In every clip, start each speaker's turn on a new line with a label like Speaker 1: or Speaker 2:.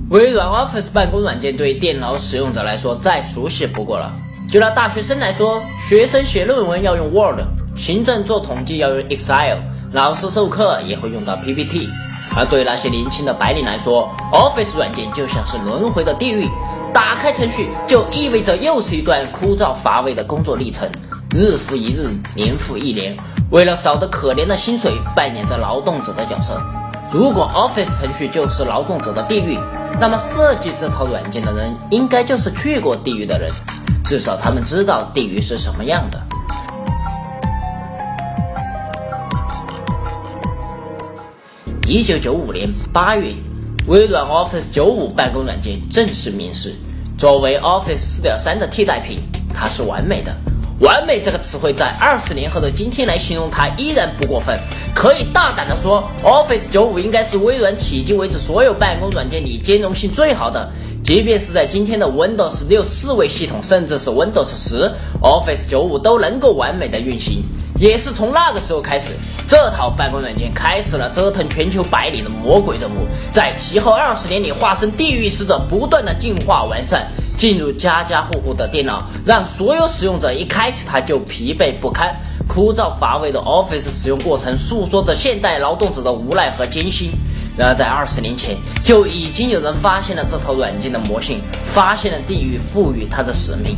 Speaker 1: 微软 Office 办公软件对电脑使用者来说再熟悉不过了。就拿大学生来说，学生写论文要用 Word， 行政做统计要用 Excel， 老师授课也会用到 PPT。而对那些年轻的白领来说 ，Office 软件就像是轮回的地狱，打开程序就意味着又是一段枯燥乏味的工作历程，日复一日，年复一年，为了少得可怜的薪水，扮演着劳动者的角色。如果 Office 程序就是劳动者的地狱，那么设计这套软件的人应该就是去过地狱的人，至少他们知道地狱是什么样的。1995年8月，微软 Office 95办公软件正式面世。作为 Office 4.3 的替代品，它是完美的。完美这个词汇在20年后的今天来形容它依然不过分，可以大胆地说 Office 95应该是微软迄今为止所有办公软件里兼容性最好的，即便是在今天的 Windows 64位系统，甚至是 Windows 10 Office 95都能够完美的运行。也是从那个时候开始，这套办公软件开始了折腾全球白领的魔鬼任务，在其后20年里化身地狱使者，不断的进化完善，进入家家户户的电脑，让所有使用者一开启它就疲惫不堪。枯燥乏味的 Office 使用过程诉说着现代劳动者的无奈和艰辛。然而在20年前，就已经有人发现了这套软件的魔性，发现了地狱赋予它的使命。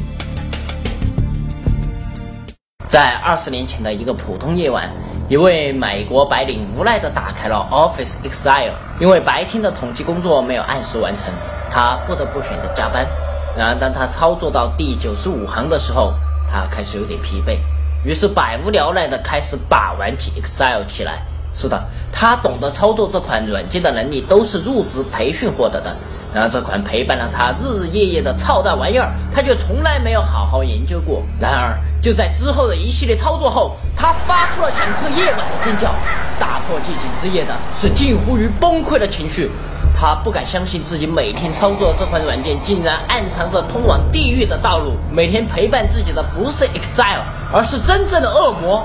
Speaker 1: 在20年前的一个普通夜晚，一位美国白领无奈地打开了 Office Excel， 因为白天的统计工作没有按时完成，他不得不选择加班。然而当他操作到第95行的时候，他开始有点疲惫，于是百无聊赖地开始把玩起 Excel 起来。是的，他懂得操作这款软件的能力都是入职培训获得的，然而这款陪伴了他日日夜夜的操蛋玩意儿，他却从来没有好好研究过。然而就在之后的一系列操作后，他发出了响彻夜晚的尖叫，打破寂静之夜的是近乎于崩溃的情绪。他不敢相信自己每天操作的这款软件竟然暗藏着通往地狱的道路，每天陪伴自己的不是 Excel， 而是真正的恶魔。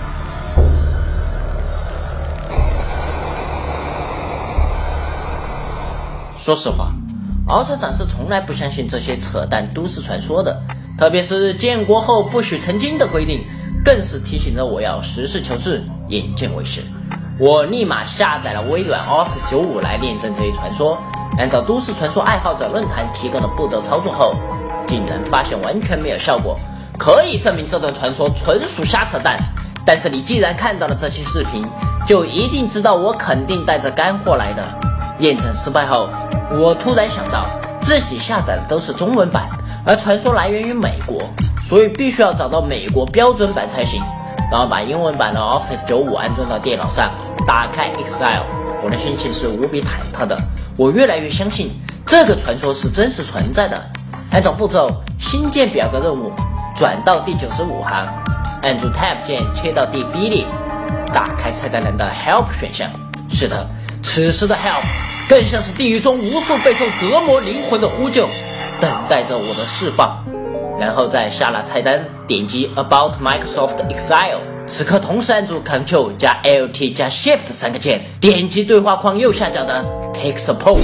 Speaker 1: 说实话，敖厂长是从来不相信这些扯淡都市传说的，特别是建国后不许成精的规定，更是提醒着我要实事求是，眼见为实。我立马下载了微软 Office 95来验证这一传说。按照都市传说爱好者论坛提供的步骤操作后，竟然发现完全没有效果，可以证明这段传说纯属瞎扯淡。但是你既然看到了这期视频，就一定知道我肯定带着干货来的。验证失败后，我突然想到自己下载的都是中文版，而传说来源于美国，所以必须要找到美国标准版才行。然后把英文版的 Office 95安装到电脑上，打开 Excel， 我的心情是无比忐忑的。我越来越相信这个传说是真实存在的。按照步骤，新建表格任务，转到第95行，按住 Tab 键切到第 B 列，打开菜单栏的 Help 选项。是的，此时的 Help 更像是地狱中无数备受折磨灵魂的呼救，等待着我的释放。然后在下拉菜单点击 About Microsoft Excel， 此刻同时按住 Ctrl 加 Alt 加 Shift 3个键，点击对话框右下角的 Take Support。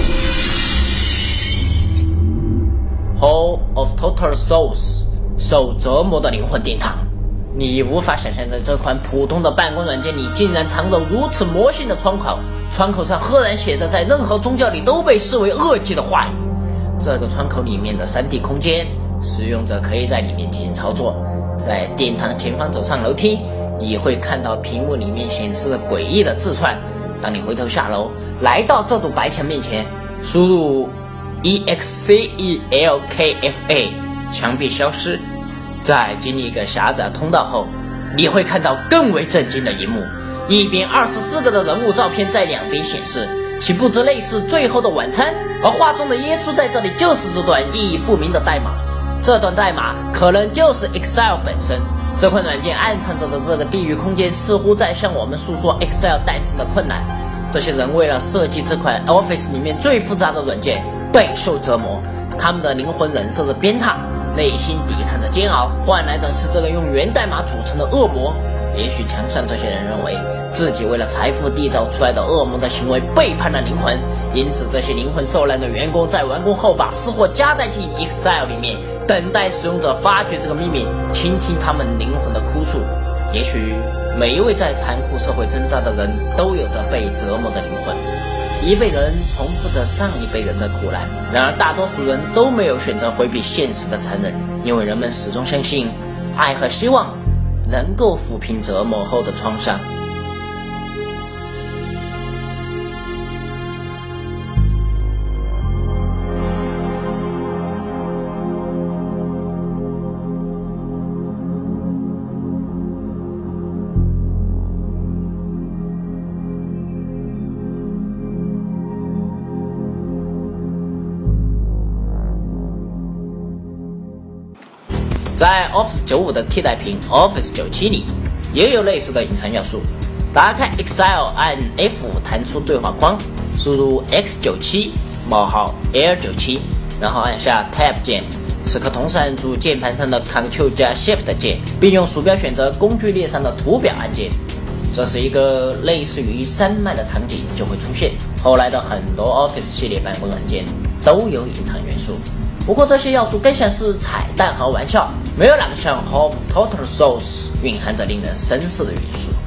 Speaker 1: Hall of Total Souls， 受折磨的灵魂殿堂。你无法想象在这款普通的办公软件里竟然藏着如此魔性的窗口，窗口上赫然写着在任何宗教里都被视为恶忌的话语。这个窗口里面的 3D 空间，使用者可以在里面进行操作。在殿堂前方走上楼梯，你会看到屏幕里面显示的诡异的字串。当你回头下楼，来到这堵白墙面前，输入 EXCELKFA， 墙壁消失。在经历一个狭窄通道后，你会看到更为震惊的一幕：一边24个的人物照片在两边显示，其布置类似《最后的晚餐》，而画中的耶稣在这里就是这段意义不明的代码。这段代码可能就是 Excel 本身。这款软件暗藏着的这个地狱空间，似乎在向我们诉说 Excel 诞生的困难。这些人为了设计这款 Office 里面最复杂的软件，备受折磨，他们的灵魂忍受着鞭挞，内心抵抗着煎熬，换来的是这个用源代码组成的恶魔。也许墙上这些人认为自己为了财富缔造出来的恶魔的行为背叛了灵魂， 因此这些灵魂受难的员工在完工后把私货加载进 Excel 里面，等待使用者发掘这个秘密，倾听他们灵魂的哭诉。也许每一位在残酷社会挣扎的人都有着被折磨的灵魂，一辈人重复着上一辈人的苦难。然而大多数人都没有选择回避现实的残忍，因为人们始终相信爱和希望能够抚平折磨后的创伤。在 Office 95的替代品 Office 97里，也有类似的隐藏要素。打开 Excel， 按 F 弹出对话框，输入 X97：L97， 然后按下 Tab 键。此刻同时按住键盘上的 Ctrl 加 Shift 键，并用鼠标选择工具列上的图表按键。这是一个类似于山脉的场景就会出现。后来的很多 Office 系列办公软件都有隐藏元素。不过这些要素更像是彩蛋和玩笑，没有哪个像 Hope Total Souls 蕴含着令人深思的元素。